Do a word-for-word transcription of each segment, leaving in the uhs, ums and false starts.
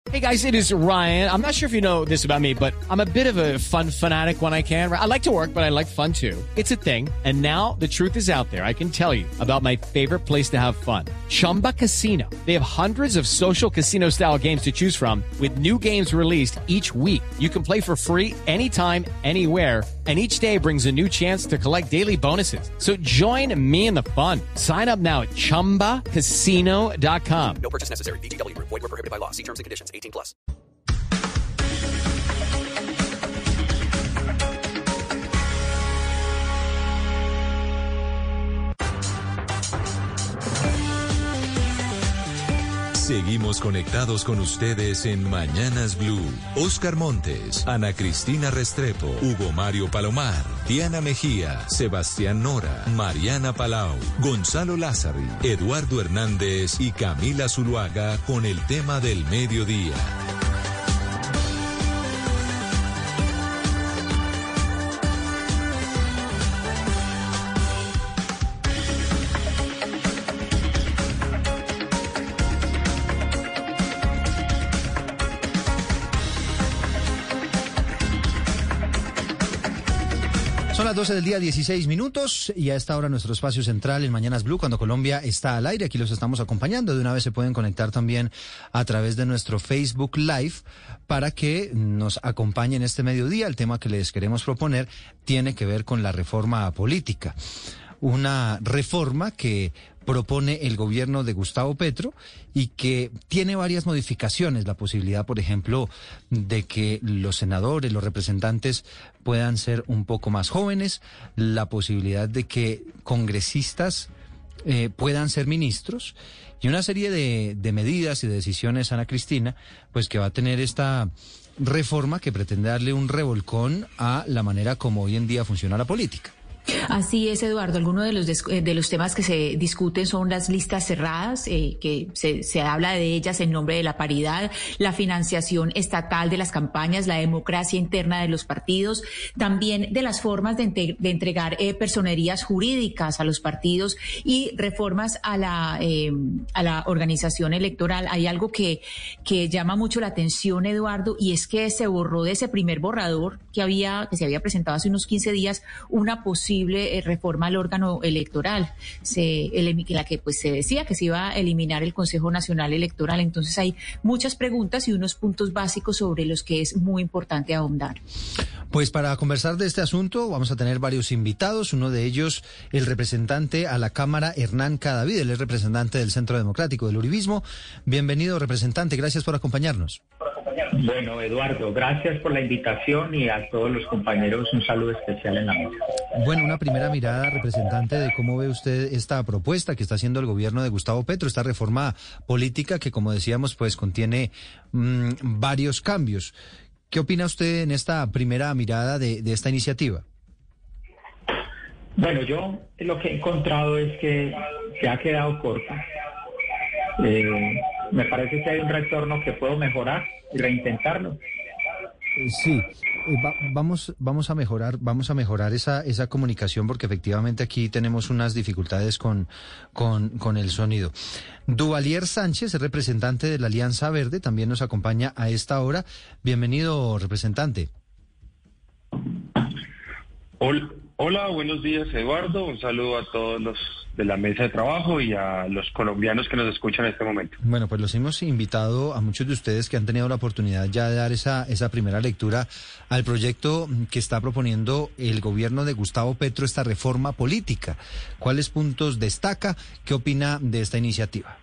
Hey guys, it is Ryan. I'm not sure if you know this about me, but I'm a bit of a fun fanatic when I can. I like to work, but I like fun too. It's a thing. And now the truth is out there. I can tell you about my favorite place to have fun. Chumba Casino. They have hundreds of social casino style games to choose from with new games released each week. You can play for free anytime, anywhere. And each day brings a new chance to collect daily bonuses. So join me in the fun. Sign up now at chumba casino dot com. No purchase necessary. V G W. Void where prohibited by law. See terms and conditions. eighteen plus. Seguimos conectados con ustedes en Mañanas Blue. Oscar Montes, Ana Cristina Restrepo, Hugo Mario Palomar, Diana Mejía, Sebastián Nora, Mariana Palau, Gonzalo Lázari, Eduardo Hernández y Camila Zuluaga con el tema del mediodía. Son las doce del día, dieciséis minutos, y a esta hora nuestro espacio central en Mañanas Blue, cuando Colombia está al aire. Aquí los estamos acompañando. De una vez se pueden conectar también a través de nuestro Facebook Live para que nos acompañen este mediodía. El tema que les queremos proponer tiene que ver con la reforma política. Una reforma que propone el gobierno de Gustavo Petro y que tiene varias modificaciones. La posibilidad, por ejemplo, de que los senadores, los representantes puedan ser un poco más jóvenes, la posibilidad de que congresistas eh, puedan ser ministros y una serie de, de medidas y de decisiones, Ana Cristina, pues que va a tener esta reforma que pretende darle un revolcón a la manera como hoy en día funciona la política. Así es, Eduardo. Algunos de los de los temas que se discuten son las listas cerradas, eh, que se, se habla de ellas en nombre de la paridad, la financiación estatal de las campañas, la democracia interna de los partidos, también de las formas de, entre, de entregar eh, personerías jurídicas a los partidos y reformas a la eh, a la organización electoral. Hay algo que que llama mucho la atención, Eduardo, y es que se borró de ese primer borrador que había que se había presentado hace unos quince días una posible reforma al órgano electoral, se, en la que pues se decía que se iba a eliminar el Consejo Nacional Electoral. Entonces hay muchas preguntas y unos puntos básicos sobre los que es muy importante ahondar. Pues para conversar de este asunto vamos a tener varios invitados, uno de ellos el representante a la Cámara, Hernán Cadavid, él es representante del Centro Democrático del Uribismo. Bienvenido, representante, gracias por acompañarnos. Bueno, Eduardo, gracias por la invitación y a todos los compañeros un saludo especial en la mesa. Bueno, una primera mirada, representante, de cómo ve usted esta propuesta que está haciendo el gobierno de Gustavo Petro, esta reforma política que, como decíamos, pues contiene mmm, varios cambios. ¿Qué opina usted en esta primera mirada de, de esta iniciativa? Bueno, yo lo que he encontrado es que se ha quedado corto. Eh, me parece que hay un retorno que puedo mejorar y reintentarlo. Sí, eh, va, vamos vamos a mejorar vamos a mejorar esa esa comunicación porque efectivamente aquí tenemos unas dificultades con con con el sonido. Duvalier Sánchez, el representante de la Alianza Verde, también nos acompaña a esta hora. Bienvenido, representante. Hola, hola, buenos días, Eduardo. Un saludo a todos los de la mesa de trabajo y a los colombianos que nos escuchan en este momento. Bueno, pues los hemos invitado a muchos de ustedes que han tenido la oportunidad ya de dar esa esa primera lectura al proyecto que está proponiendo el gobierno de Gustavo Petro, esta reforma política. ¿Cuáles puntos destaca? ¿Qué opina de esta iniciativa?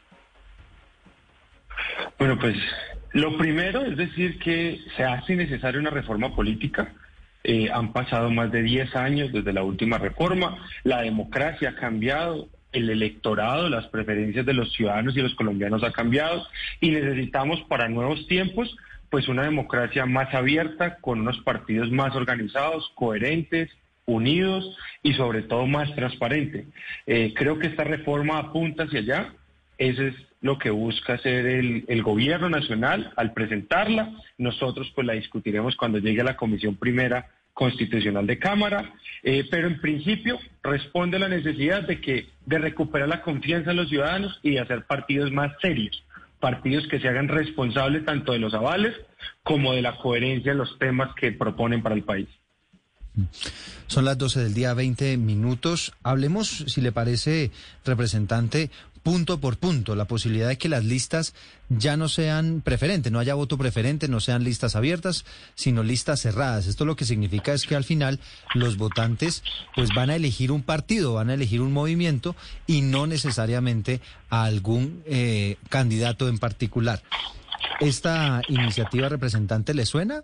Bueno, pues lo primero es decir que se hace necesaria una reforma política. Eh, han pasado más de diez años desde la última reforma, la democracia ha cambiado, el electorado, las preferencias de los ciudadanos y los colombianos ha cambiado y necesitamos para nuevos tiempos pues una democracia más abierta, con unos partidos más organizados, coherentes, unidos y sobre todo más transparente. Eh, creo que esta reforma apunta hacia allá, eso es lo que busca hacer el, el gobierno nacional al presentarla. Nosotros pues la discutiremos cuando llegue a la Comisión Primera Constitucional de Cámara, eh, pero en principio responde a la necesidad de que de recuperar la confianza de los ciudadanos y de hacer partidos más serios, partidos que se hagan responsables tanto de los avales como de la coherencia en los temas que proponen para el país. Son las doce del día, veinte minutos. Hablemos, si le parece, representante, punto por punto, la posibilidad de que las listas ya no sean preferentes, no haya voto preferente, no sean listas abiertas, sino listas cerradas. Esto lo que significa es que al final los votantes pues van a elegir un partido, van a elegir un movimiento y no necesariamente a algún eh, candidato en particular. ¿Esta iniciativa, representante, le suena?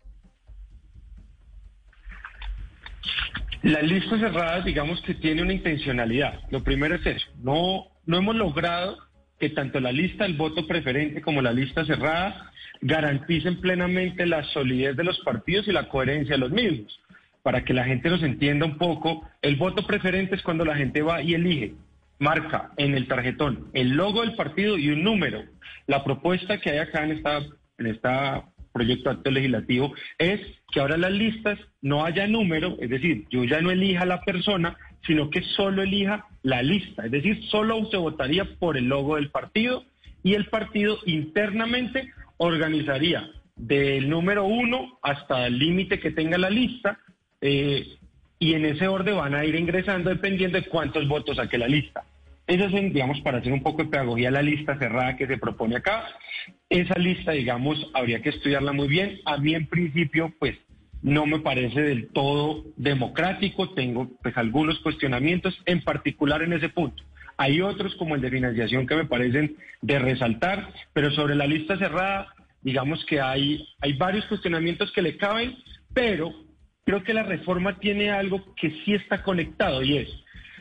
La lista cerrada, digamos que tiene una intencionalidad. Lo primero es eso. No, no hemos logrado que tanto la lista del voto preferente como la lista cerrada garanticen plenamente la solidez de los partidos y la coherencia de los mismos. Para que la gente nos entienda un poco, el voto preferente es cuando la gente va y elige, marca en el tarjetón el logo del partido y un número. La propuesta que hay acá en esta, en esta proyecto de acto legislativo es que ahora las listas no haya número, es decir, yo ya no elija a la persona, sino que solo elija la lista, es decir, solo se votaría por el logo del partido y el partido internamente organizaría del número uno hasta el límite que tenga la lista eh, y en ese orden van a ir ingresando dependiendo de cuántos votos saque la lista. Eso es, digamos, para hacer un poco de pedagogía, la lista cerrada que se propone acá. Esa lista, digamos, habría que estudiarla muy bien. A mí, en principio, pues, no me parece del todo democrático. Tengo, pues, algunos cuestionamientos, en particular en ese punto. Hay otros, como el de financiación, que me parecen de resaltar, pero sobre la lista cerrada, digamos que hay, hay varios cuestionamientos que le caben, pero creo que la reforma tiene algo que sí está conectado, y es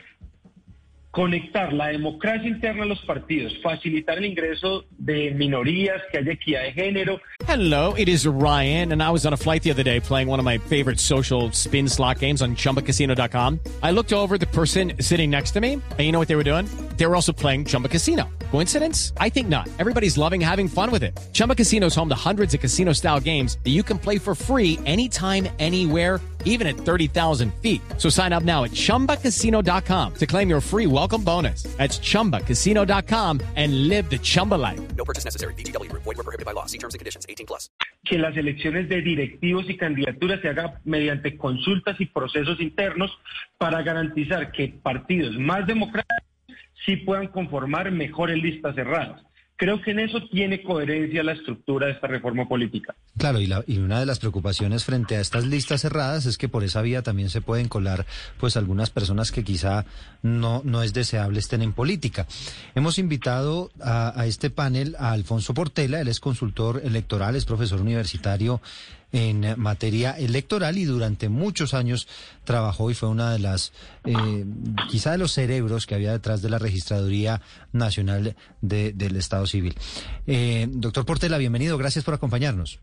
conectar la democracia interna a los partidos, facilitar el ingreso de minorías, que haya equidad de género. Hello, it is Ryan, and I was on a flight the other day playing one of my favorite social spin slot games on Chumba Casino dot com. I looked over at the person sitting next to me, and you know what they were doing? They were also playing Chumba Casino. Coincidence? I think not. Everybody's loving having fun with it. Chumba Casino is home to hundreds of casino-style games that you can play for free anytime, anywhere, even at thirty thousand feet. So sign up now at Chumba Casino dot com to claim your free welcome bonus. That's Chumba Casino dot com and live the Chumba life. No purchase necessary. V G W. Void where prohibited by law. See terms and conditions. eighteen plus. Que las elecciones de directivos y candidaturas se hagan mediante consultas y procesos internos para garantizar que partidos más democráticos sí puedan conformar mejores listas cerradas. Creo que en eso tiene coherencia la estructura de esta reforma política. Claro, y, la, y una de las preocupaciones frente a estas listas cerradas es que por esa vía también se pueden colar pues algunas personas que quizá no, no es deseable estén en política. Hemos invitado a, a este panel a Alfonso Portela, él es consultor electoral, es profesor universitario en materia electoral y durante muchos años trabajó y fue una de las, eh, quizá de los cerebros que había detrás de la Registraduría Nacional de, del Estado Civil. Eh, doctor Portela, bienvenido, gracias por acompañarnos.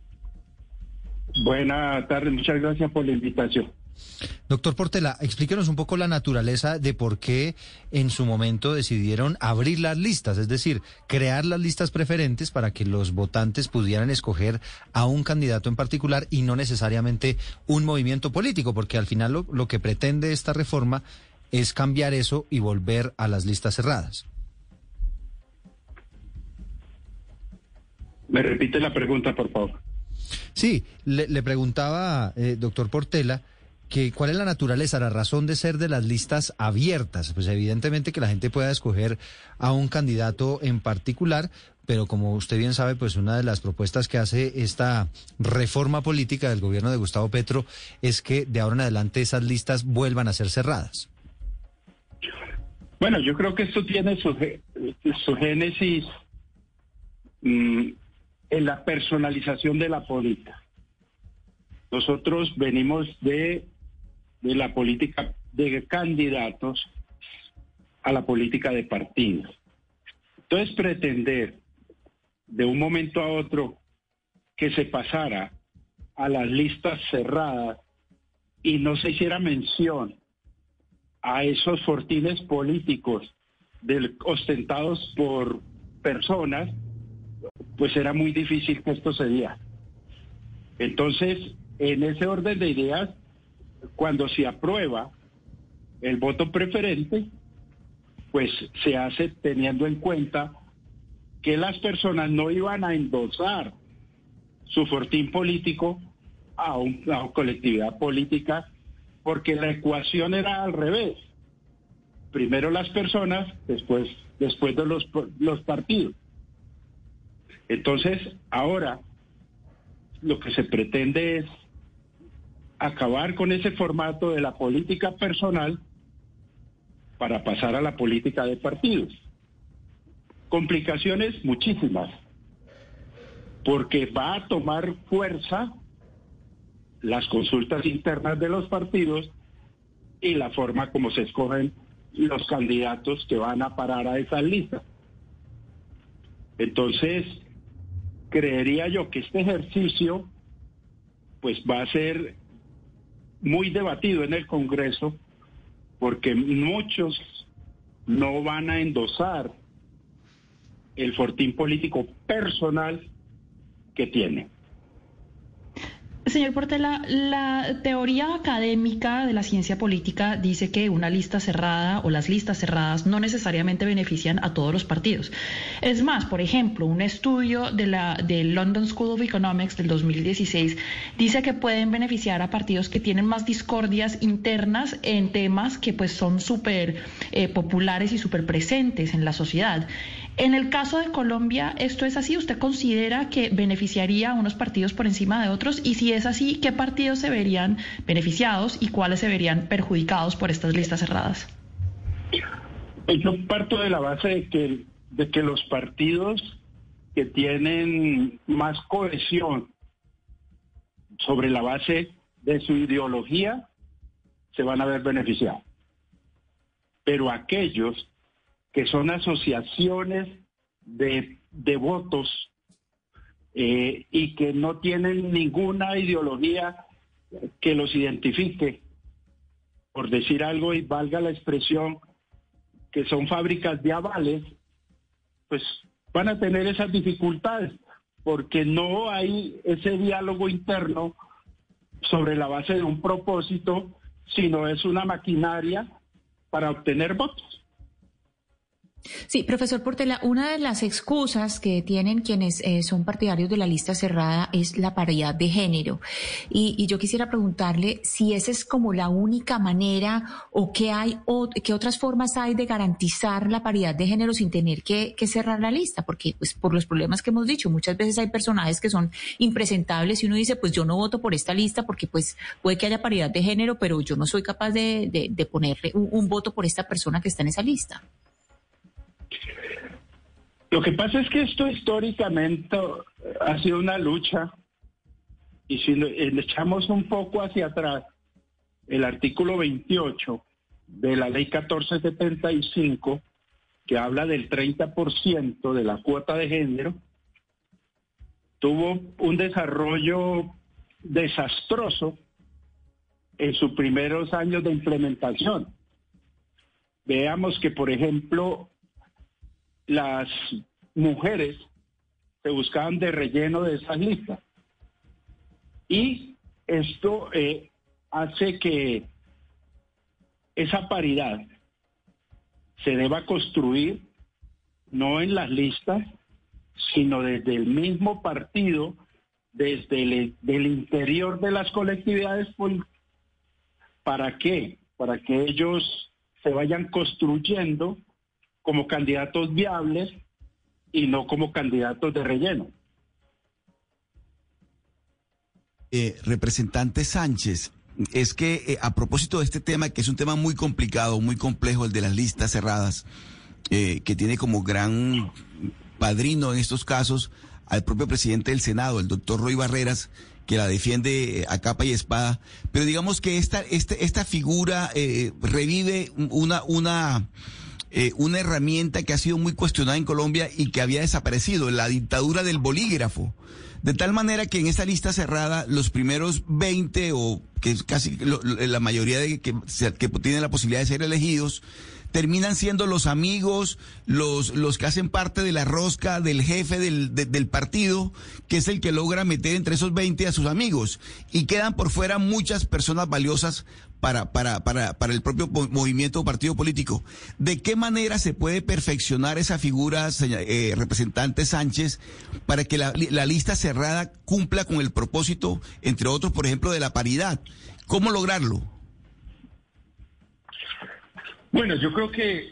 Buenas tardes, muchas gracias por la invitación. Doctor Portela, explíquenos un poco la naturaleza de por qué en su momento decidieron abrir las listas, es decir, crear las listas preferentes para que los votantes pudieran escoger a un candidato en particular y no necesariamente un movimiento político, porque al final lo, lo que pretende esta reforma es cambiar eso y volver a las listas cerradas. ¿Me repite la pregunta, por favor? Sí, le, le preguntaba, eh, doctor Portela, que cuál es la naturaleza, la razón de ser de las listas abiertas. Pues evidentemente que la gente pueda escoger a un candidato en particular, pero como usted bien sabe, pues una de las propuestas que hace esta reforma política del gobierno de Gustavo Petro es que de ahora en adelante esas listas vuelvan a ser cerradas. Bueno, yo creo que esto tiene su, su génesis mmm, en la personalización de la política. Nosotros venimos de, de la política de candidatos a la política de partidos. Entonces, pretender de un momento a otro que se pasara a las listas cerradas y no se hiciera mención a esos fortines políticos del, ostentados por personas, pues era muy difícil que esto se diera. Entonces, en ese orden de ideas, cuando se aprueba el voto preferente, pues se hace teniendo en cuenta que las personas no iban a endosar su fortín político a, un, a una colectividad política, porque la ecuación era al revés. Primero las personas, después, después de los, los partidos. Entonces, ahora lo que se pretende es acabar con ese formato de la política personal para pasar a la política de partidos. Complicaciones muchísimas, porque va a tomar fuerza las consultas internas de los partidos y la forma como se escogen los candidatos que van a parar a esas listas. Entonces, creería yo que este ejercicio pues va a ser muy debatido en el Congreso, porque muchos no van a endosar el fortín político personal que tiene. Señor Portela, la teoría académica de la ciencia política dice que una lista cerrada o las listas cerradas no necesariamente benefician a todos los partidos. Es más, por ejemplo, un estudio de la del London School of Economics del dos mil dieciséis dice que pueden beneficiar a partidos que tienen más discordias internas en temas que pues son súper eh, populares y súper presentes en la sociedad. En el caso de Colombia, ¿esto es así? ¿Usted considera que beneficiaría a unos partidos por encima de otros? Y si es así, ¿qué partidos se verían beneficiados y cuáles se verían perjudicados por estas listas cerradas? Yo parto de la base de que, de que los partidos que tienen más cohesión sobre la base de su ideología se van a ver beneficiados. Pero aquellos que son asociaciones de, de votos eh, y que no tienen ninguna ideología que los identifique, por decir algo y valga la expresión, que son fábricas de avales, pues van a tener esas dificultades, porque no hay ese diálogo interno sobre la base de un propósito, sino es una maquinaria para obtener votos. Sí, profesor Portela, una de las excusas que tienen quienes eh, son partidarios de la lista cerrada es la paridad de género. Y, y yo quisiera preguntarle si esa es como la única manera o qué hay o qué otras formas hay de garantizar la paridad de género sin tener que, que cerrar la lista, porque pues por los problemas que hemos dicho, muchas veces hay personajes que son impresentables y uno dice, pues yo no voto por esta lista porque pues puede que haya paridad de género, pero yo no soy capaz de, de, de ponerle un, un voto por esta persona que está en esa lista. Lo que pasa es que esto históricamente ha sido una lucha, y si le echamos un poco hacia atrás, el artículo veintiocho de la ley catorce setenta y cinco, que habla del treinta por ciento de la cuota de género, tuvo un desarrollo desastroso en sus primeros años de implementación. Veamos que, por ejemplo, las mujeres se buscaban de relleno de esas listas. Y esto eh, hace que esa paridad se deba construir no en las listas, sino desde el mismo partido, desde el del interior de las colectividades políticas. ¿Para qué? Para que ellos se vayan construyendo como candidatos viables y no como candidatos de relleno. Eh, representante Sánchez, es que eh, a propósito de este tema, que es un tema muy complicado, muy complejo, el de las listas cerradas, eh, que tiene como gran padrino en estos casos al propio presidente del Senado, el doctor Roy Barreras, que la defiende a capa y espada, pero digamos que esta, este, esta figura eh, revive una... una Eh, una herramienta que ha sido muy cuestionada en Colombia y que había desaparecido, la dictadura del bolígrafo. De tal manera que en esa lista cerrada, los primeros veinte o que es casi lo, la mayoría de que, que tienen la posibilidad de ser elegidos, terminan siendo los amigos, los, los que hacen parte de la rosca del jefe del, de, del partido, que es el que logra meter entre esos veinte a sus amigos, y quedan por fuera muchas personas valiosas para, para, para, para el propio movimiento o partido político. ¿De qué manera se puede perfeccionar esa figura, eh, representante Sánchez, para que la, la lista cerrada cumpla con el propósito, entre otros, por ejemplo, de la paridad? ¿Cómo lograrlo? Bueno, yo creo que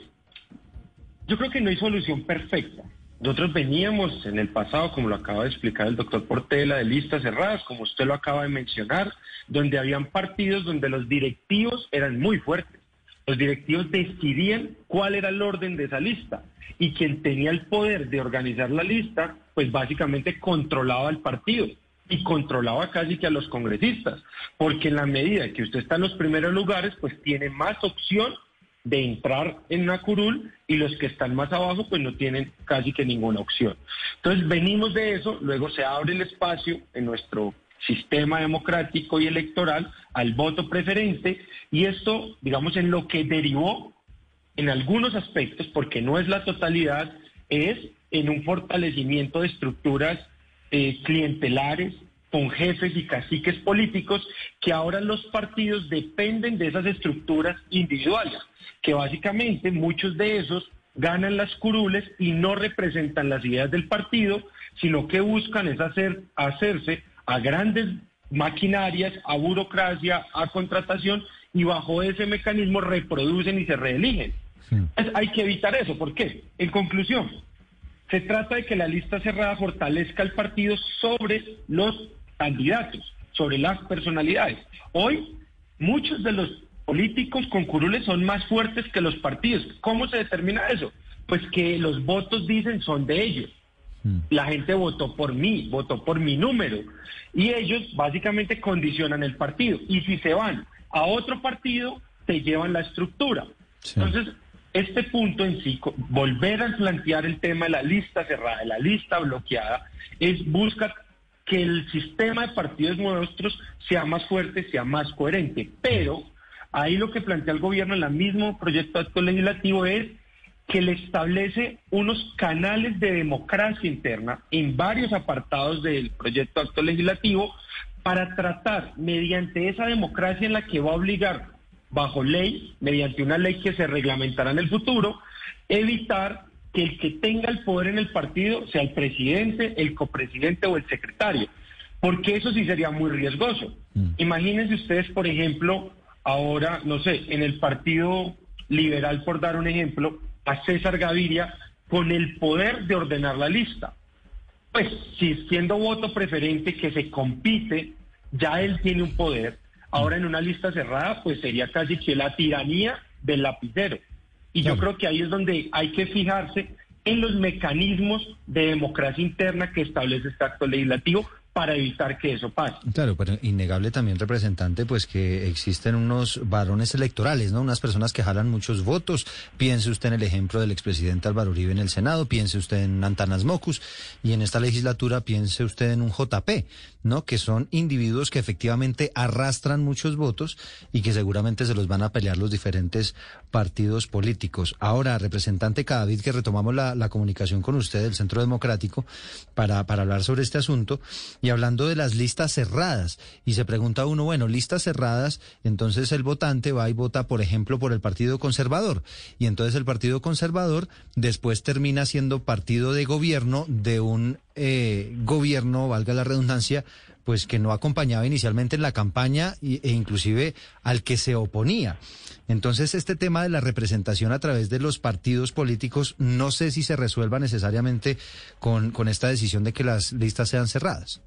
yo creo que no hay solución perfecta. Nosotros veníamos en el pasado, como lo acaba de explicar el doctor Portela, de listas cerradas, como usted lo acaba de mencionar, donde habían partidos donde los directivos eran muy fuertes. Los directivos decidían cuál era el orden de esa lista, y quien tenía el poder de organizar la lista, pues básicamente controlaba el partido y controlaba casi que a los congresistas, porque en la medida que usted está en los primeros lugares, pues tiene más opción de entrar en una curul, y los que están más abajo pues no tienen casi que ninguna opción. Entonces venimos de eso, luego se abre el espacio en nuestro sistema democrático y electoral al voto preferente, y esto, digamos, en lo que derivó en algunos aspectos, porque no es la totalidad, es en un fortalecimiento de estructuras eh, clientelares, con jefes y caciques políticos, que ahora los partidos dependen de esas estructuras individuales, que básicamente muchos de esos ganan las curules y no representan las ideas del partido, sino que buscan es hacer, hacerse a grandes maquinarias, a burocracia, a contratación, y bajo ese mecanismo reproducen y se reeligen. Sí. Entonces, hay que evitar eso. ¿Por qué? En conclusión, se trata de que la lista cerrada fortalezca el partido sobre los candidatos, sobre las personalidades. Hoy, muchos de los políticos con curules son más fuertes que los partidos. ¿Cómo se determina eso? Pues que los votos, dicen, son de ellos. Mm. La gente votó por mí, votó por mi número, y ellos básicamente condicionan el partido. Y si se van a otro partido, te llevan la estructura. Sí. Entonces, este punto en sí, volver a plantear el tema de la lista cerrada, de la lista bloqueada, es buscar que el sistema de partidos nuestros sea más fuerte, sea más coherente. Pero ahí lo que plantea el gobierno en el mismo proyecto de acto legislativo es que le establece unos canales de democracia interna en varios apartados del proyecto de acto legislativo para tratar, mediante esa democracia en la que va a obligar bajo ley, mediante una ley que se reglamentará en el futuro, evitar que el que tenga el poder en el partido sea el presidente, el copresidente o el secretario, porque eso sí sería muy riesgoso. Mm. Imagínense ustedes, por ejemplo, ahora, no sé, en el Partido Liberal, por dar un ejemplo, a César Gaviria con el poder de ordenar la lista. Pues, si siendo voto preferente que se compite, ya él tiene un poder. Ahora en una lista cerrada, pues sería casi que la tiranía del lapicero. Y yo creo que ahí es donde hay que fijarse en los mecanismos de democracia interna que establece este acto legislativo para evitar que eso pase. Claro, pero innegable también, representante, pues que existen unos varones electorales, ¿no? Unas personas que jalan muchos votos. Piense usted en el ejemplo del expresidente Álvaro Uribe en el Senado, piense usted en Antanas Mocus, y en esta legislatura piense usted en un J P, ¿no? Que son individuos que efectivamente arrastran muchos votos y que seguramente se los van a pelear los diferentes partidos políticos. Ahora, representante Cadavid, que retomamos la, la comunicación con usted del Centro Democrático para, para hablar sobre este asunto, y hablando de las listas cerradas, y se pregunta uno, bueno, listas cerradas, entonces el votante va y vota, por ejemplo, por el Partido Conservador, y entonces el Partido Conservador después termina siendo partido de gobierno de un eh, gobierno, valga la redundancia, pues que no acompañaba inicialmente en la campaña y, e inclusive al que se oponía. Entonces, este tema de la representación a través de los partidos políticos, no sé si se resuelva necesariamente con, con esta decisión de que las listas sean cerradas.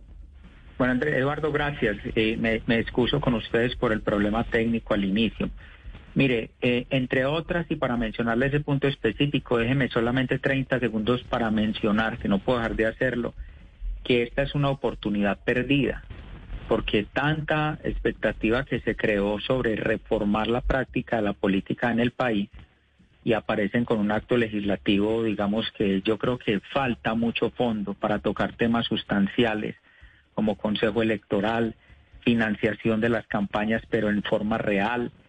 Bueno, Andrés, Eduardo, gracias. Eh, me, me excuso con ustedes por el problema técnico al inicio. Mire, eh, entre otras, y para mencionarle ese punto específico, déjeme solamente treinta segundos para mencionar, que no puedo dejar de hacerlo, que esta es una oportunidad perdida, porque tanta expectativa que se creó sobre reformar la práctica de la política en el país, y aparecen con un acto legislativo, digamos que yo creo que falta mucho fondo para tocar temas sustanciales, como consejo electoral, financiación de las campañas, pero en forma real,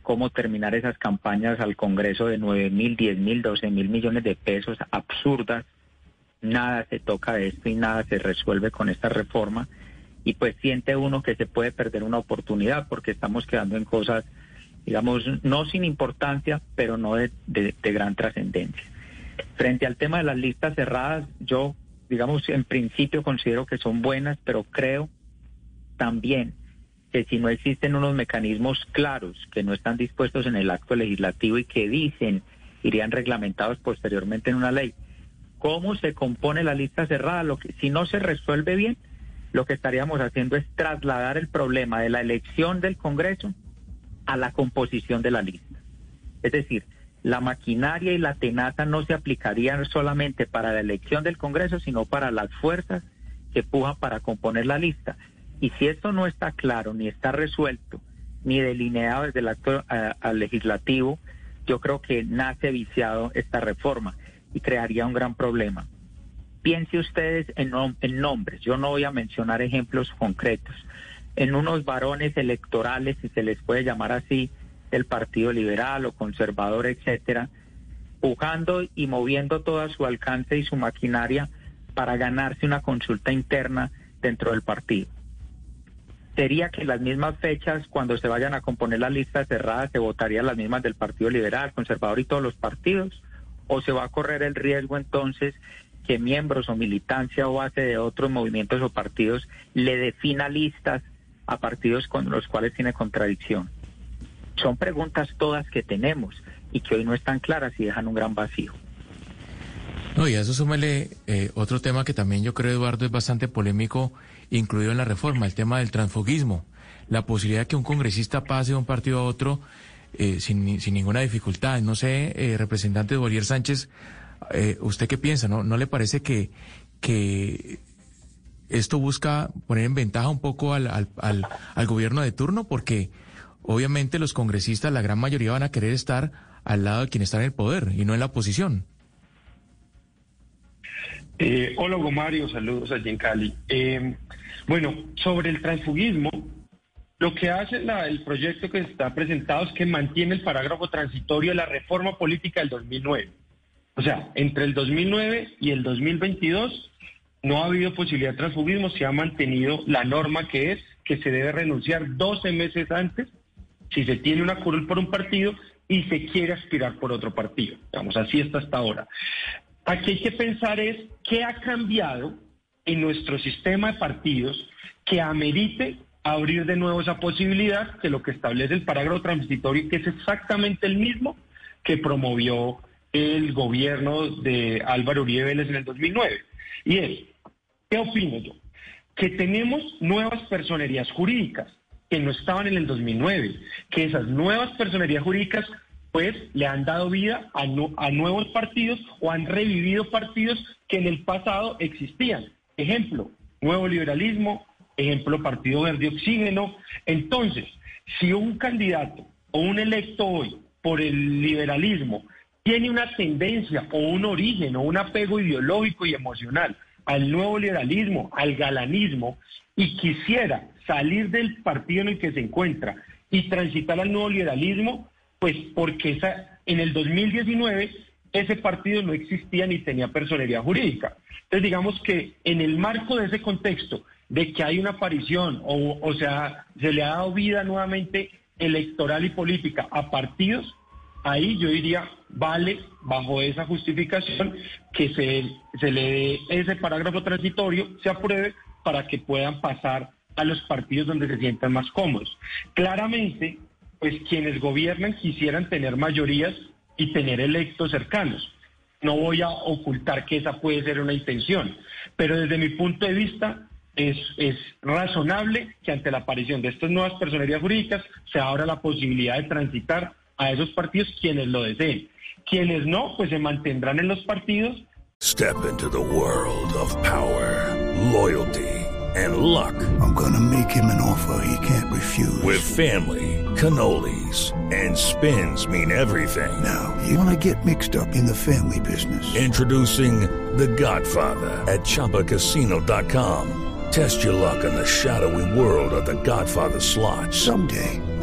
cómo terminar esas campañas al Congreso de nueve mil, diez mil, doce mil millones de pesos absurdas. Nada se toca de esto y nada se resuelve con esta reforma. Y pues siente uno que se puede perder una oportunidad porque estamos quedando en cosas, digamos, no sin importancia, pero no de, de, de gran trascendencia. Frente al tema de las listas cerradas, yo, digamos, en principio considero que son buenas, pero creo también que si no existen unos mecanismos claros que no están dispuestos en el acto legislativo y que dicen irían reglamentados posteriormente en una ley, ¿cómo se compone la lista cerrada? Lo que, si no se resuelve bien, lo que estaríamos haciendo es trasladar el problema de la elección del Congreso a la composición de la lista. Es decir, la maquinaria y la tenaza no se aplicarían solamente para la elección del Congreso, sino para las fuerzas que pujan para componer la lista. Y si esto no está claro, ni está resuelto, ni delineado desde el acto uh, legislativo, yo creo que nace viciado esta reforma y crearía un gran problema. Piense ustedes en, nom- en nombres, yo no voy a mencionar ejemplos concretos, en unos varones electorales, si se les puede llamar así, del Partido Liberal o Conservador, etcétera, pujando y moviendo todo a su alcance y su maquinaria para ganarse una consulta interna dentro del partido. ¿Sería que las mismas fechas, cuando se vayan a componer la lista cerrada, se votarían las mismas del Partido Liberal, Conservador y todos los partidos? ¿O se va a correr el riesgo entonces que miembros o militancia o base de otros movimientos o partidos le defina listas a partidos con los cuales tiene contradicción? Son preguntas todas que tenemos y que hoy no están claras y dejan un gran vacío. No, y a eso súmele eh, otro tema que también yo creo, Eduardo, es bastante polémico, incluido en la reforma, el tema del transfugismo. La posibilidad de que un congresista pase de un partido a otro eh, sin, sin ninguna dificultad. No sé, eh, representante Bolier Sánchez, eh, ¿usted qué piensa? ¿No, no le parece que, que esto busca poner en ventaja un poco al, al, al, al gobierno de turno? Porque obviamente los congresistas, la gran mayoría, van a querer estar al lado de quien está en el poder y no en la oposición. Eh, hola, Hugo Mario, saludos allí en Cali. Eh, bueno, sobre el transfugismo, lo que hace la, el proyecto que está presentado es que mantiene el parágrafo transitorio de la reforma política del dos mil nueve. O sea, entre el dos mil nueve y el dos mil veintidós no ha habido posibilidad de transfugismo, se ha mantenido la norma que es que se debe renunciar doce meses antes si se tiene una curul por un partido y se quiere aspirar por otro partido. Digamos, así está hasta ahora. Aquí hay que pensar es qué ha cambiado en nuestro sistema de partidos que amerite abrir de nuevo esa posibilidad, que lo que establece el parágrafo transitorio, que es exactamente el mismo que promovió el gobierno de Álvaro Uribe Vélez en el dos mil nueve. Y es, ¿qué opino yo? Que tenemos nuevas personerías jurídicas que no estaban en el dos mil nueve, que esas nuevas personerías jurídicas pues le han dado vida a, nu- a nuevos partidos o han revivido partidos que en el pasado existían. Ejemplo, Nuevo Liberalismo, ejemplo, Partido Verde Oxígeno. Entonces, si un candidato o un electo hoy por el liberalismo tiene una tendencia o un origen o un apego ideológico y emocional al nuevo liberalismo, al galanismo, y quisiera salir del partido en el que se encuentra y transitar al nuevo liberalismo, pues porque esa, en el dos mil diecinueve ese partido no existía ni tenía personería jurídica. Entonces digamos que en el marco de ese contexto de que hay una aparición o, o sea, se le ha dado vida nuevamente electoral y política a partidos, ahí yo diría, vale, bajo esa justificación, que se, se le dé ese parágrafo transitorio, se apruebe para que puedan pasar a los partidos donde se sientan más cómodos. Claramente, pues quienes gobiernan quisieran tener mayorías y tener electos cercanos. No voy a ocultar que esa puede ser una intención, pero desde mi punto de vista es, es razonable que ante la aparición de estas nuevas personerías jurídicas se abra la posibilidad de transitar a esos partidos quienes lo deseen. Quienes no, pues se mantendrán en los partidos. Step into the world of power, loyalty, and luck. I'm gonna make him an offer he can't refuse. With family, cannolis, and spins mean everything. Now, you wanna get mixed up in the family business. Introducing The Godfather at Chumba Casino dot com. Test your luck in the shadowy world of The Godfather slot. Someday,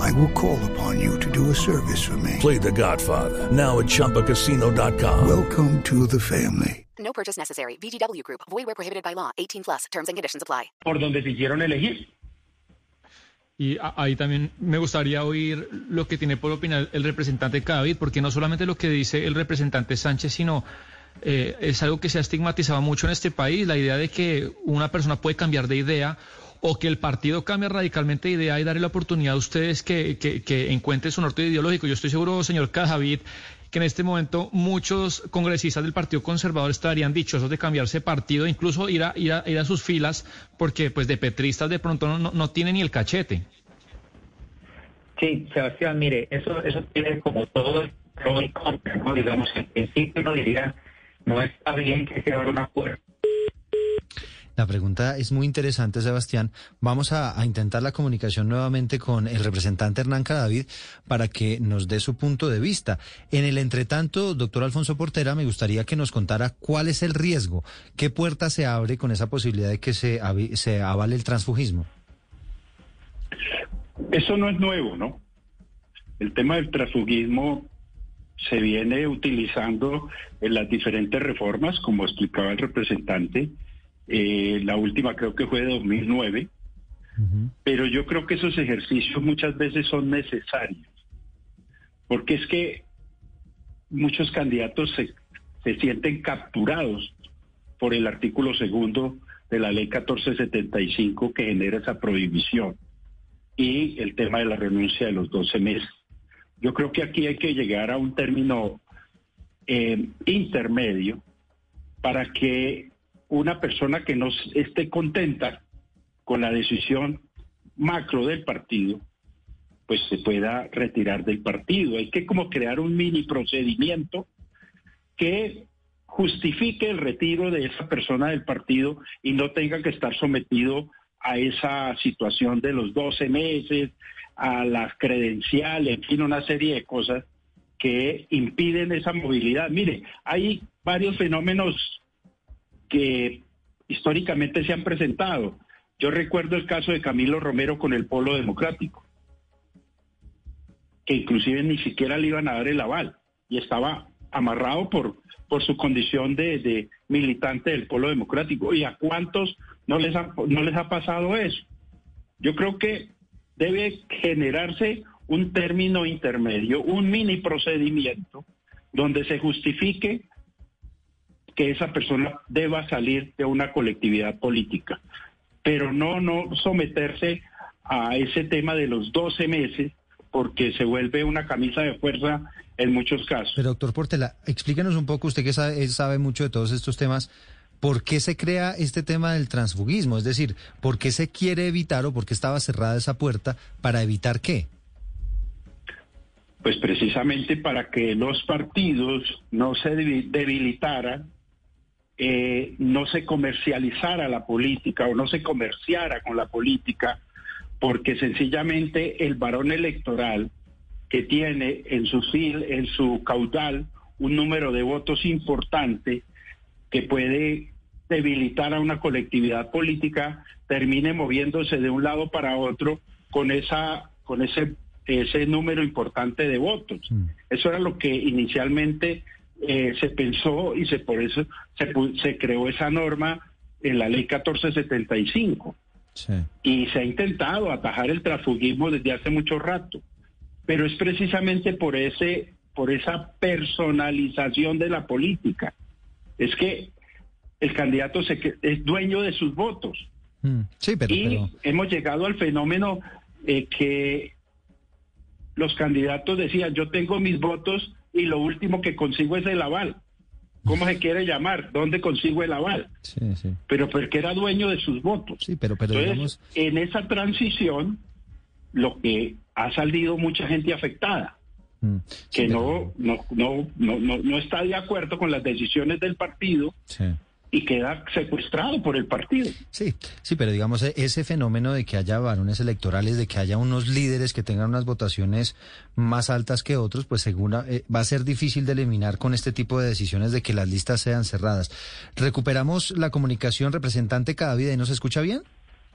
I will call upon you to do a service for me. Play The Godfather, now at Chumba Casino dot com. Welcome to the family. No purchase necessary. V G W Group. Void where prohibited by law. eighteen plus. Terms and conditions apply. Por donde se hicieron elegir. Y ahí también me gustaría oír lo que tiene por opinar el representante Cadavid, porque no solamente lo que dice el representante Sánchez, sino eh, es algo que se ha estigmatizado mucho en este país, la idea de que una persona puede cambiar de idea o que el partido cambie radicalmente de idea y darle la oportunidad a ustedes que, que, que encuentren su norte ideológico. Yo estoy seguro, señor Cadavid, que en este momento muchos congresistas del Partido Conservador estarían dichosos de cambiarse de partido, incluso ir a, ir a, ir a sus filas, porque pues de petristas de pronto no, no, no tienen ni el cachete. Sí, Sebastián, mire, eso eso tiene como todo el pro y contra, ¿no? Digamos, en principio uno diría, no está bien que se abra una puerta. La pregunta es muy interesante, Sebastián. Vamos a, a intentar la comunicación nuevamente con el representante Hernán Cadavid para que nos dé su punto de vista. En el entretanto, doctor Alfonso Portera, me gustaría que nos contara cuál es el riesgo, qué puerta se abre con esa posibilidad de que se, se avale el transfugismo. Eso no es nuevo, ¿no? El tema del transfugismo se viene utilizando en las diferentes reformas, como explicaba el representante. Eh, la última creo que fue de dos mil nueve, uh-huh. Pero yo creo que esos ejercicios muchas veces son necesarios, porque es que muchos candidatos se, se sienten capturados por el artículo segundo de la ley catorce setenta y cinco que genera esa prohibición y el tema de la renuncia de los doce meses. Yo creo que aquí hay que llegar a un término eh, intermedio para que una persona que no esté contenta con la decisión macro del partido, pues se pueda retirar del partido. Hay que como crear un mini procedimiento que justifique el retiro de esa persona del partido y no tenga que estar sometido a esa situación de los doce meses, a las credenciales, en fin, una serie de cosas que impiden esa movilidad. Mire, hay varios fenómenos que históricamente se han presentado. Yo recuerdo el caso de Camilo Romero con el Polo Democrático, que inclusive ni siquiera le iban a dar el aval y estaba amarrado por, por su condición de, de militante del Polo Democrático. ¿Y a cuántos no les ha, no les ha pasado eso? Yo creo que debe generarse un término intermedio, un mini procedimiento donde se justifique que esa persona deba salir de una colectividad política, pero no no someterse a ese tema de los doce meses, porque se vuelve una camisa de fuerza en muchos casos. Pero doctor Portela, explíquenos un poco, usted que sabe, sabe mucho de todos estos temas, ¿por qué se crea este tema del transfugismo? Es decir, ¿por qué se quiere evitar o por qué estaba cerrada esa puerta? ¿Para evitar qué? Pues precisamente para que los partidos no se debilitaran, eh, no se comercializara la política o no se comerciara con la política, porque sencillamente el varón electoral que tiene en su fil, en su caudal un número de votos importante que puede debilitar a una colectividad política, termine moviéndose de un lado para otro con esa con ese ese número importante de votos. Mm. Eso era lo que inicialmente eh, se pensó y se por eso se, se creó esa norma en la ley catorce setenta y cinco. Sí. Y se ha intentado atajar el transfugismo desde hace mucho rato, pero es precisamente por ese por esa personalización de la política. Es que el candidato se, es dueño de sus votos. Mm, sí, pero, y pero... hemos llegado al fenómeno eh, que los candidatos decían, yo tengo mis votos y lo último que consigo es el aval. ¿Cómo se quiere llamar? ¿Dónde consigo el aval? Sí, sí. Pero porque era dueño de sus votos. Sí, pero, pero Entonces, digamos... en esa transición, lo que ha salido mucha gente afectada, mm, sí, que pero... no, no, no, no, no está de acuerdo con las decisiones del partido. Sí. Y queda secuestrado por el partido. Sí, sí, pero digamos, ese fenómeno de que haya varones electorales, de que haya unos líderes que tengan unas votaciones más altas que otros, pues segura, eh, va a ser difícil de eliminar con este tipo de decisiones de que las listas sean cerradas. Recuperamos la comunicación, representante Cadavid, ¿nos escucha bien?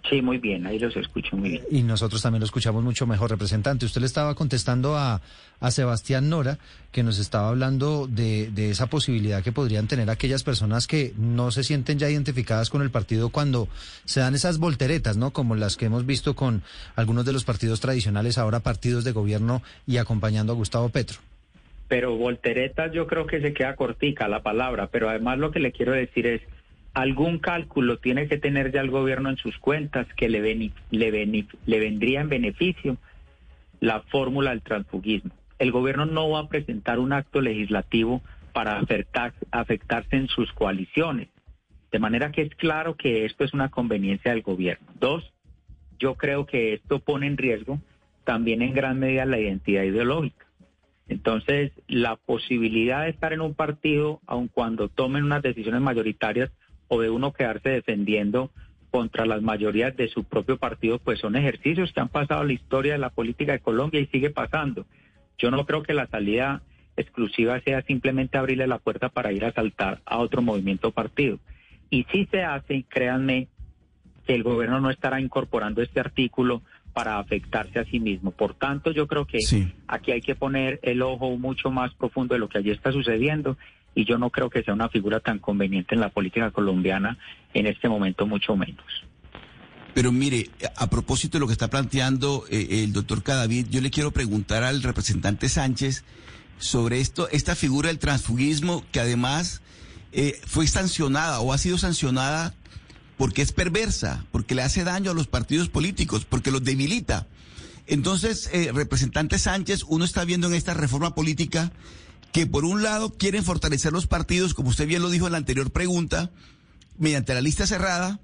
Sí, muy bien, ahí los escucho muy bien. Y nosotros también lo escuchamos mucho mejor, representante. Usted le estaba contestando a, a Sebastián Nora, que nos estaba hablando de, de esa posibilidad que podrían tener aquellas personas que no se sienten ya identificadas con el partido cuando se dan esas volteretas, ¿no? Como las que hemos visto con algunos de los partidos tradicionales, ahora partidos de gobierno y acompañando a Gustavo Petro. Pero volteretas yo creo que se queda cortica la palabra, pero además lo que le quiero decir es, algún cálculo tiene que tener ya el gobierno en sus cuentas que le, ven, le, ven, le vendría en beneficio la fórmula del transfugismo. El gobierno no va a presentar un acto legislativo para afectar, afectarse en sus coaliciones, de manera que es claro que esto es una conveniencia del gobierno. Dos, yo creo que esto pone en riesgo también en gran medida la identidad ideológica. Entonces, la posibilidad de estar en un partido, aun cuando tomen unas decisiones mayoritarias, o de uno quedarse defendiendo contra las mayorías de su propio partido, pues son ejercicios que han pasado en la historia de la política de Colombia y sigue pasando. Yo no creo que la salida exclusiva sea simplemente abrirle la puerta para ir a saltar a otro movimiento o partido. Y si se hace, créanme, que el gobierno no estará incorporando este artículo para afectarse a sí mismo. Por tanto, yo creo que sí. Aquí hay que poner el ojo mucho más profundo de lo que allí está sucediendo, y yo no creo que sea una figura tan conveniente en la política colombiana en este momento, mucho menos. Pero mire, a propósito de lo que está planteando eh, el doctor Cadavid, yo le quiero preguntar al representante Sánchez sobre esto, esta figura del transfugismo que además eh, fue sancionada o ha sido sancionada porque es perversa, porque le hace daño a los partidos políticos, porque los debilita. Entonces, eh, representante Sánchez, uno está viendo en esta reforma política que por un lado quieren fortalecer los partidos, como usted bien lo dijo en la anterior pregunta, mediante la lista cerrada,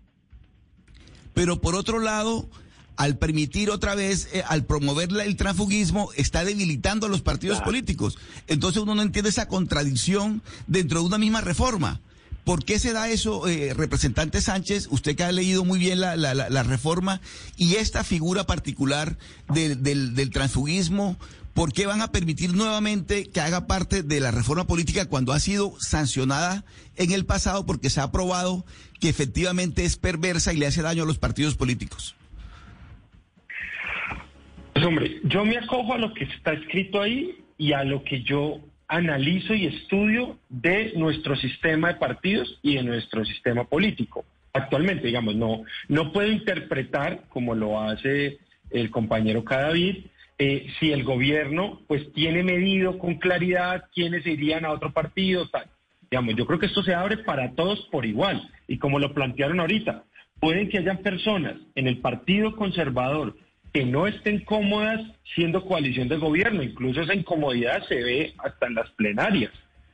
pero por otro lado, al permitir otra vez, eh, al promover el transfugismo, está debilitando a los partidos claro. políticos. Entonces uno no entiende esa contradicción dentro de una misma reforma. ¿Por qué se da eso, eh, representante Sánchez? Usted que ha leído muy bien la, la, la, la reforma y esta figura particular del, del, del transfugismo, ¿por qué van a permitir nuevamente que haga parte de la reforma política cuando ha sido sancionada en el pasado porque se ha probado que efectivamente es perversa y le hace daño a los partidos políticos? Pues hombre, yo me acojo a lo que está escrito ahí y a lo que yo analizo y estudio de nuestro sistema de partidos y de nuestro sistema político. Actualmente, digamos, no, no puedo interpretar, como lo hace el compañero Cadavid, Eh, si el gobierno pues tiene medido con claridad quiénes irían a otro partido, tal. Digamos, yo creo que esto se abre para todos por igual, y como lo plantearon ahorita, pueden que hayan personas en el Partido Conservador que no estén cómodas siendo coalición de gobierno, incluso esa incomodidad se ve hasta en las plenarias,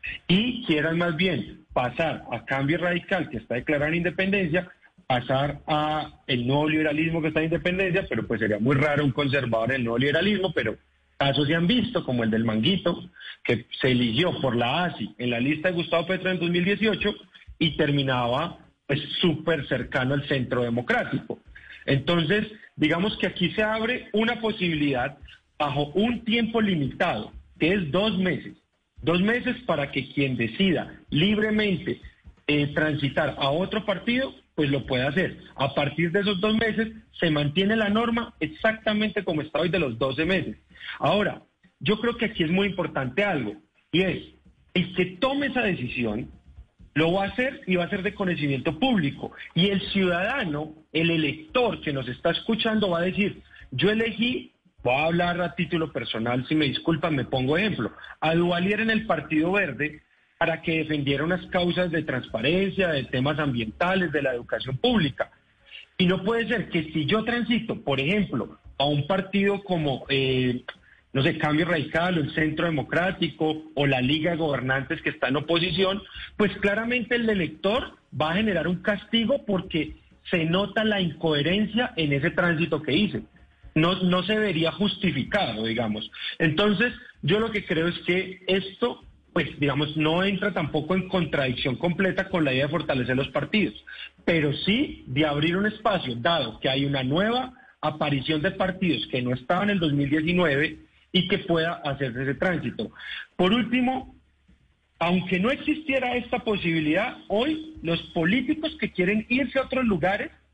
y quieran más bien pasar a Cambio Radical, que está declarando independencia, pasar a el nuevo liberalismo que está en independencia, pero pues sería muy raro un conservador en el nuevo liberalismo, pero casos se han visto, como el del Manguito, que se eligió por la A S I en la lista de Gustavo Petro en dos mil dieciocho y terminaba pues súper cercano al centro democrático. Entonces, digamos que aquí se abre una posibilidad bajo un tiempo limitado, que es dos meses. Dos meses para que quien decida libremente eh, transitar a otro partido, pues lo puede hacer. A partir de esos dos meses se mantiene la norma exactamente como está hoy de los doce meses. Ahora, yo creo que aquí es muy importante algo, y es, el que tome esa decisión lo va a hacer y va a ser de conocimiento público. Y el ciudadano, el elector que nos está escuchando va a decir, yo elegí, voy a hablar a título personal, si me disculpan, me pongo ejemplo, a Duvalier en el Partido Verde, para que defendiera unas causas de transparencia, de temas ambientales, de la educación pública. Y no puede ser que si yo transito, por ejemplo, a un partido como, eh, no sé, Cambio Radical, o el Centro Democrático, o la Liga de Gobernantes que está en oposición, pues claramente el elector va a generar un castigo porque se nota la incoherencia en ese tránsito que hice. No, no se vería justificado, digamos. Entonces, yo lo que creo es que esto, pues digamos, no entra tampoco en contradicción completa con la idea de fortalecer los partidos, pero sí de abrir un espacio, dado que hay una nueva aparición de partidos que no estaban en el dos mil diecinueve y que pueda hacerse ese tránsito. Por último, aunque no existiera esta posibilidad, hoy los políticos que quieren irse a otros lugares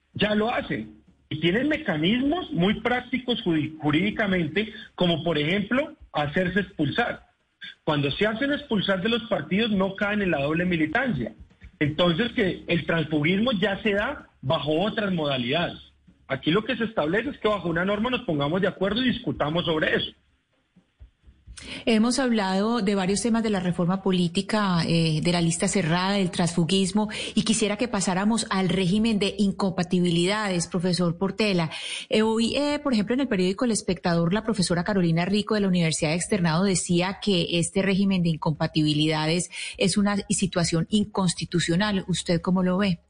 ya lo hacen. Y tienen mecanismos muy prácticos jurídicamente, como por ejemplo, hacerse expulsar. Cuando se hacen expulsar de los partidos no caen en la doble militancia. Entonces que el transfugismo ya se da bajo otras modalidades. Aquí lo que se establece es que bajo una norma nos pongamos de acuerdo y discutamos sobre eso. Hemos hablado de varios temas de la reforma política, eh, de la lista cerrada, del transfugismo, y quisiera que pasáramos al régimen de incompatibilidades, profesor Portela. Eh, hoy, eh, por ejemplo, en el periódico El Espectador, la profesora Carolina Rico de la Universidad de Externado decía que este régimen de incompatibilidades es una situación inconstitucional. ¿Usted cómo lo ve?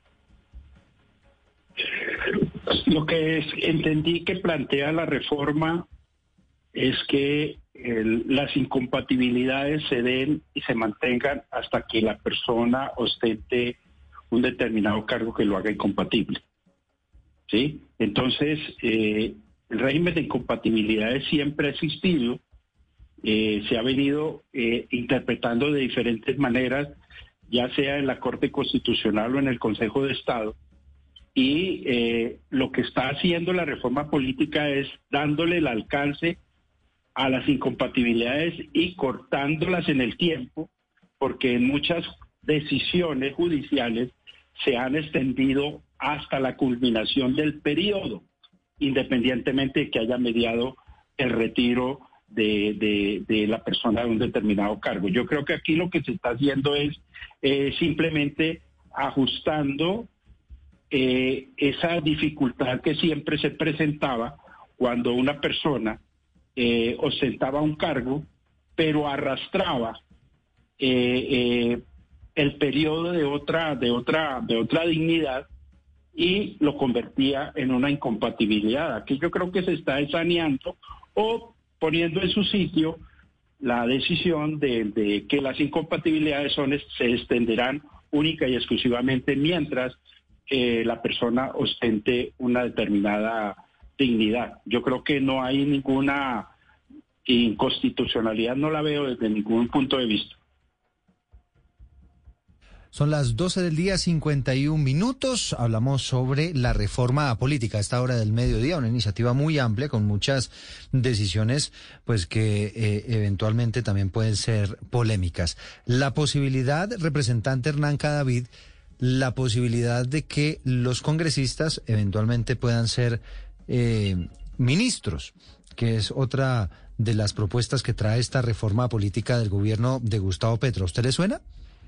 Lo que es, entendí que plantea la reforma es que el, las incompatibilidades se den y se mantengan hasta que la persona ostente un determinado cargo que lo haga incompatible. ¿Sí? Entonces, eh, el régimen de incompatibilidades siempre ha existido, eh, se ha venido eh, interpretando de diferentes maneras, ya sea en la Corte Constitucional o en el Consejo de Estado. Y eh, lo que está haciendo la reforma política es dándole el alcance a las incompatibilidades y cortándolas en el tiempo, porque en muchas decisiones judiciales se han extendido hasta la culminación del periodo, independientemente de que haya mediado el retiro de, de, de la persona de un determinado cargo. Yo creo que aquí lo que se está haciendo es eh, simplemente ajustando eh, esa dificultad que siempre se presentaba cuando una persona Eh, ostentaba un cargo, pero arrastraba eh, eh, el periodo de otra, de otra, de otra dignidad y lo convertía en una incompatibilidad. Aquí yo creo que se está saneando o poniendo en su sitio la decisión de, de que las incompatibilidades son, se extenderán única y exclusivamente mientras eh, la persona ostente una determinada dignidad. Yo creo que no hay ninguna inconstitucionalidad, no la veo desde ningún punto de vista. Son las doce del día, cincuenta y un minutos. Hablamos sobre la reforma política a esta hora del mediodía, una iniciativa muy amplia con muchas decisiones pues que eh, eventualmente también pueden ser polémicas. La posibilidad, representante Hernán Cadavid, la posibilidad de que los congresistas eventualmente puedan ser Eh, ministros, que es otra de las propuestas que trae esta reforma política del gobierno de Gustavo Petro. ¿A usted le suena?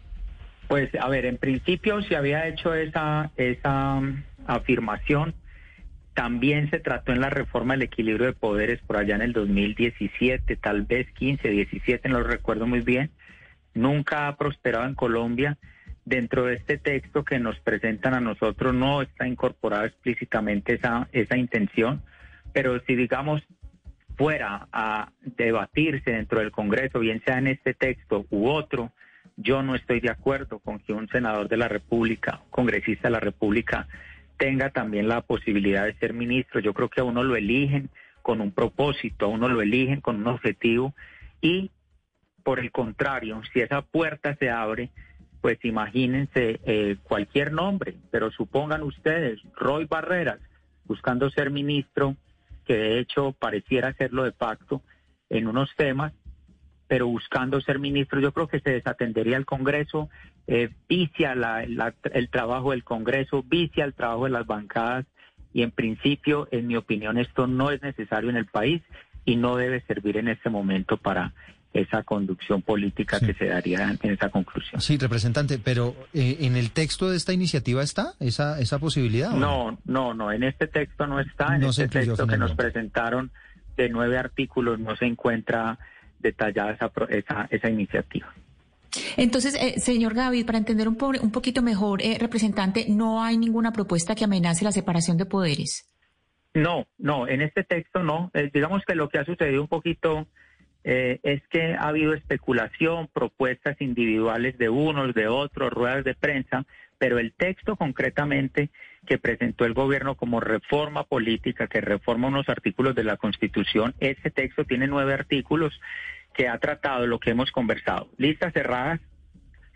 Pues, a ver, en principio se había hecho esa, esa um, afirmación. También se trató en la reforma del equilibrio de poderes por allá en el dos mil diecisiete, tal vez quince, diecisiete, no lo recuerdo muy bien. Nunca ha prosperado en Colombia. Dentro de este texto que nos presentan a nosotros no está incorporada explícitamente esa, esa intención, pero si digamos fuera a debatirse dentro del Congreso, bien sea en este texto u otro, yo no estoy de acuerdo con que un senador de la República, un congresista de la República, tenga también la posibilidad de ser ministro. Yo creo que a uno lo eligen con un propósito, a uno lo eligen con un objetivo y por el contrario, si esa puerta se abre, pues imagínense eh, cualquier nombre, pero supongan ustedes, Roy Barreras, buscando ser ministro, que de hecho pareciera serlo de facto en unos temas, pero buscando ser ministro, yo creo que se desatendería el Congreso, eh, vicia la, la, el trabajo del Congreso, vicia el trabajo de las bancadas, y en principio, en mi opinión, esto no es necesario en el país y no debe servir en este momento para esa conducción política sí. que se daría en esa conclusión. Sí, representante, pero eh, ¿en el texto de esta iniciativa está esa esa posibilidad? No, no, no, no, en este texto no está, en no este texto finalmente. que nos presentaron de nueve artículos no se encuentra detallada esa, esa, esa iniciativa. Entonces, eh, señor Gavid, para entender un, po un poquito mejor, eh, representante, ¿no hay ninguna propuesta que amenace la separación de poderes? No, no, en este texto no. Eh, digamos que lo que ha sucedido un poquito eh, es que ha habido especulación, propuestas individuales de unos, de otros, ruedas de prensa, pero el texto concretamente que presentó el gobierno como reforma política, que reforma unos artículos de la Constitución, ese texto tiene nueve artículos que ha tratado lo que hemos conversado. Listas cerradas,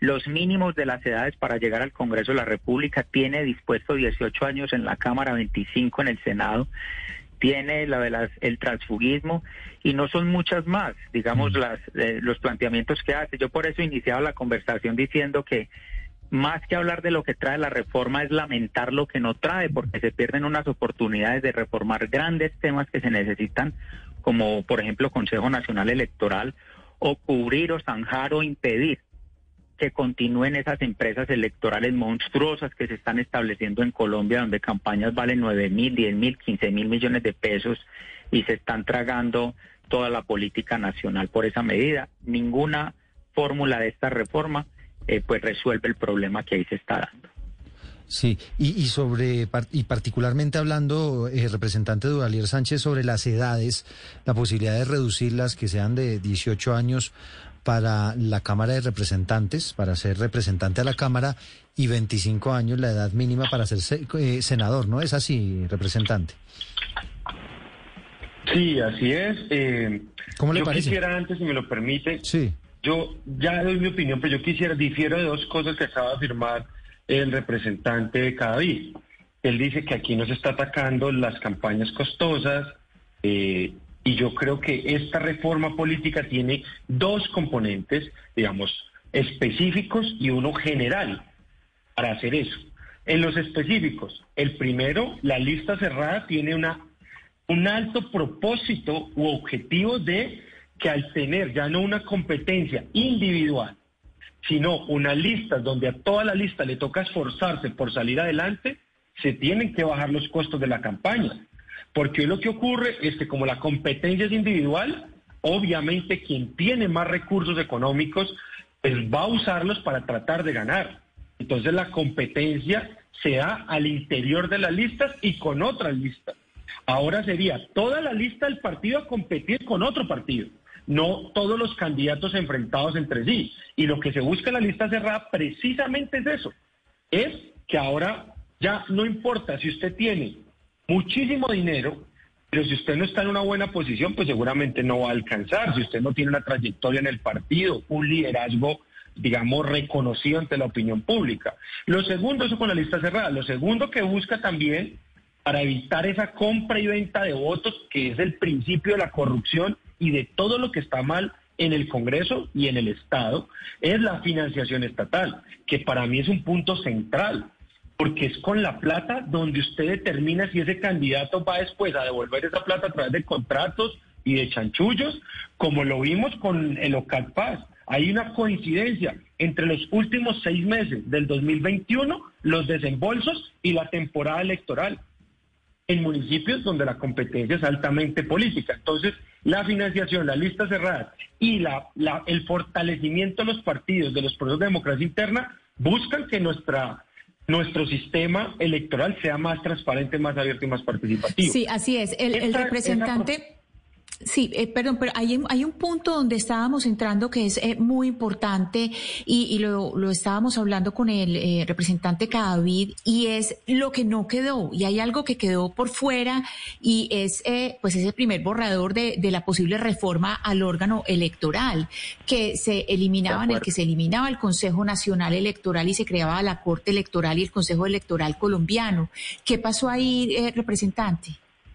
los mínimos de las edades para llegar al Congreso de la República, tiene dispuesto dieciocho años en la Cámara, veinticinco en el Senado, tiene la de las, el transfugismo, y no son muchas más, digamos, las eh, los planteamientos que hace. Yo por eso iniciaba la conversación diciendo que más que hablar de lo que trae la reforma es lamentar lo que no trae, porque se pierden unas oportunidades de reformar grandes temas que se necesitan, como por ejemplo Consejo Nacional Electoral, o cubrir o zanjar o impedir que continúen esas empresas electorales monstruosas que se están estableciendo en Colombia, donde campañas valen nueve mil, diez mil, quince mil millones de pesos y se están tragando toda la política nacional por esa medida. Ninguna fórmula de esta reforma Eh, pues resuelve el problema que ahí se está dando. Sí, y, y sobre y particularmente hablando, eh, representante Duvalier Sánchez, sobre las edades, la posibilidad de reducirlas, que sean de dieciocho años para la Cámara de Representantes, para ser representante a la Cámara, y veinticinco años la edad mínima para ser eh, senador, ¿no es así, representante? Sí, así es. Eh, ¿Cómo le yo parece? Quisiera antes, si me lo permite, sí. Yo ya doy mi opinión, pero yo quisiera, difiero de dos cosas que acaba de afirmar el representante de Cadavid. Él dice que aquí no se está atacando las campañas costosas, eh, y yo creo que esta reforma política tiene dos componentes, digamos, específicos y uno general para hacer eso. En los específicos, el primero, la lista cerrada tiene una un alto propósito u objetivo de que al tener ya no una competencia individual, sino una lista donde a toda la lista le toca esforzarse por salir adelante, se tienen que bajar los costos de la campaña. Porque hoy lo que ocurre es que como la competencia es individual, obviamente quien tiene más recursos económicos, pues va a usarlos para tratar de ganar. Entonces la competencia se da al interior de las listas y con otras listas. Ahora sería toda la lista del partido a competir con otro partido, no todos los candidatos enfrentados entre sí. Y lo que se busca en la lista cerrada precisamente es eso, es que ahora ya no importa si usted tiene muchísimo dinero, pero si usted no está en una buena posición, pues seguramente no va a alcanzar. Si usted no tiene una trayectoria en el partido, un liderazgo, digamos, reconocido ante la opinión pública. Lo segundo, eso con la lista cerrada, lo segundo que busca también, para evitar esa compra y venta de votos, que es el principio de la corrupción y de todo lo que está mal en el Congreso y en el Estado, es la financiación estatal, que para mí es un punto central, porque es con la plata donde usted determina si ese candidato va después a devolver esa plata a través de contratos y de chanchullos, como lo vimos con el OCAD-Paz. Hay una coincidencia entre los últimos seis meses del dos mil veintiuno, los desembolsos y la temporada electoral, en municipios donde la competencia es altamente política. Entonces, la financiación, la lista cerrada y la, la, el fortalecimiento de los partidos, de los procesos de democracia interna, buscan que nuestra, nuestro sistema electoral sea más transparente, más abierto y más participativo. Sí, así es. El, el Esta, representante... esa... Sí, eh, perdón, pero hay, hay un punto donde estábamos entrando que es eh, muy importante y, y lo, lo estábamos hablando con el eh, representante Cadavid, y es lo que no quedó, y hay algo que quedó por fuera, y es eh, pues ese primer borrador de, de la posible reforma al órgano electoral, que se eliminaba, en el que se eliminaba el Consejo Nacional Electoral y se creaba la Corte Electoral y el Consejo Electoral colombiano. ¿Qué pasó ahí, eh, representante?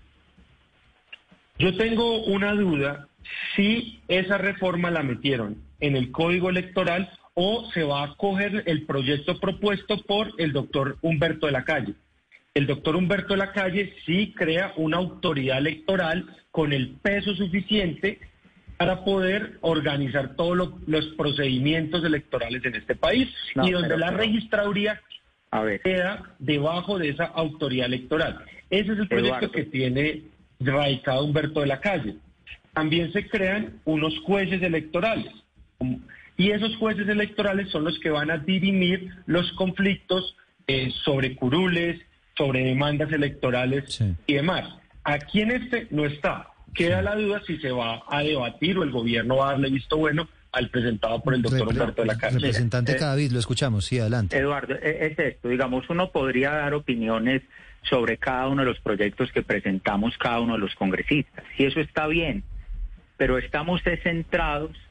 Yo tengo una duda si esa reforma la metieron en el Código Electoral o se va a coger el proyecto propuesto por el doctor Humberto de la Calle. El doctor Humberto de la Calle sí crea una autoridad electoral con el peso suficiente para poder organizar todos lo, los procedimientos electorales en este país, no, y donde pero, la registraduría a ver. queda debajo de esa autoridad electoral. Ese es el proyecto Eduardo. que tiene radicado Humberto de la Calle. También se crean unos jueces electorales, y esos jueces electorales son los que van a dirimir los conflictos eh, sobre curules, sobre demandas electorales sí. y demás. Aquí en este no está. Queda sí. la duda si se va a debatir o el gobierno va a darle visto bueno al presentado por el doctor Repre- Humberto de la Calle. Representante eh, Cadavid, lo escuchamos, sí, adelante. Eduardo, es esto, digamos, uno podría dar opiniones sobre cada uno de los proyectos que presentamos cada uno de los congresistas, y eso está bien, pero estamos centrados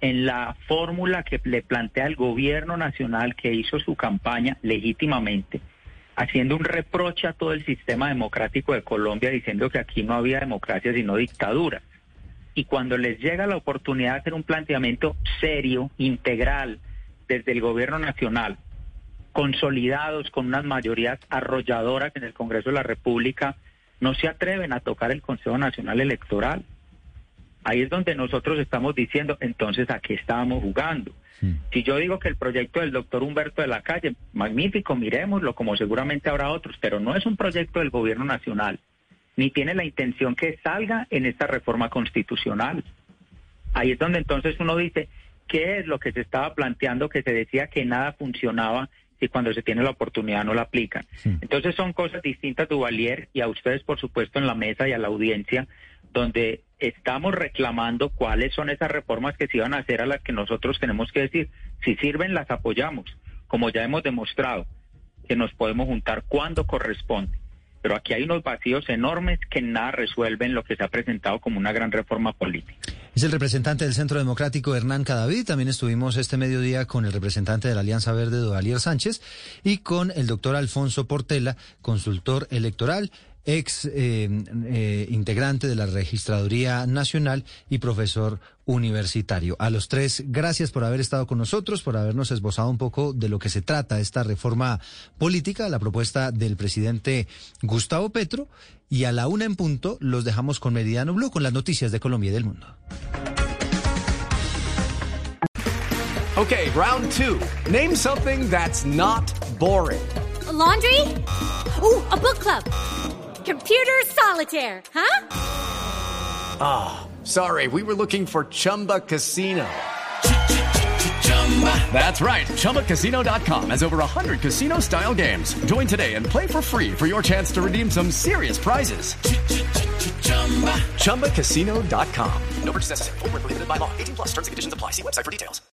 en la fórmula que le plantea el gobierno nacional que hizo su campaña legítimamente, haciendo un reproche a todo el sistema democrático de Colombia, diciendo que aquí no había democracia sino dictadura. Y cuando les llega la oportunidad de hacer un planteamiento serio, integral, desde el gobierno nacional, consolidados con unas mayorías arrolladoras en el Congreso de la República, no se atreven a tocar el Consejo Nacional Electoral. Ahí es donde nosotros estamos diciendo, entonces, ¿a qué estábamos jugando? Sí. Si yo digo que el proyecto del doctor Humberto de la Calle, magnífico, miremoslo, como seguramente habrá otros, pero no es un proyecto del gobierno nacional, ni tiene la intención que salga en esta reforma constitucional. Ahí es donde entonces uno dice, ¿qué es lo que se estaba planteando, que se decía que nada funcionaba y cuando se tiene la oportunidad no la aplican? Sí. Entonces son cosas distintas, Duvalier, y a ustedes, por supuesto, en la mesa y a la audiencia, donde estamos reclamando cuáles son esas reformas que se iban a hacer, a las que nosotros tenemos que decir, si sirven, las apoyamos, como ya hemos demostrado, que nos podemos juntar cuando corresponde. Pero aquí hay unos vacíos enormes que nada resuelven lo que se ha presentado como una gran reforma política. Es el representante del Centro Democrático, Hernán Cadavid. También estuvimos este mediodía con el representante de la Alianza Verde, Duvalier Sánchez, y con el doctor Alfonso Portela, consultor electoral, ex eh, eh, integrante de la Registraduría Nacional y profesor universitario. A los tres, gracias por haber estado con nosotros, por habernos esbozado un poco de lo que se trata esta reforma política, la propuesta del presidente Gustavo Petro. Y a la una en punto los dejamos con Meridiano Blue, con las noticias de Colombia y del mundo. Okay, round two. Name something that's not boring. A laundry? Ooh, a book club. Computer solitaire, huh? Ah, oh, sorry, we were looking for Chumba Casino. That's right, Chumba Casino dot com has over one hundred casino-style games. Join today and play for free for your chance to redeem some serious prizes. Chumba Casino dot com. No purchase necessary. Void where prohibited by law. eighteen plus terms and conditions apply. See website for details.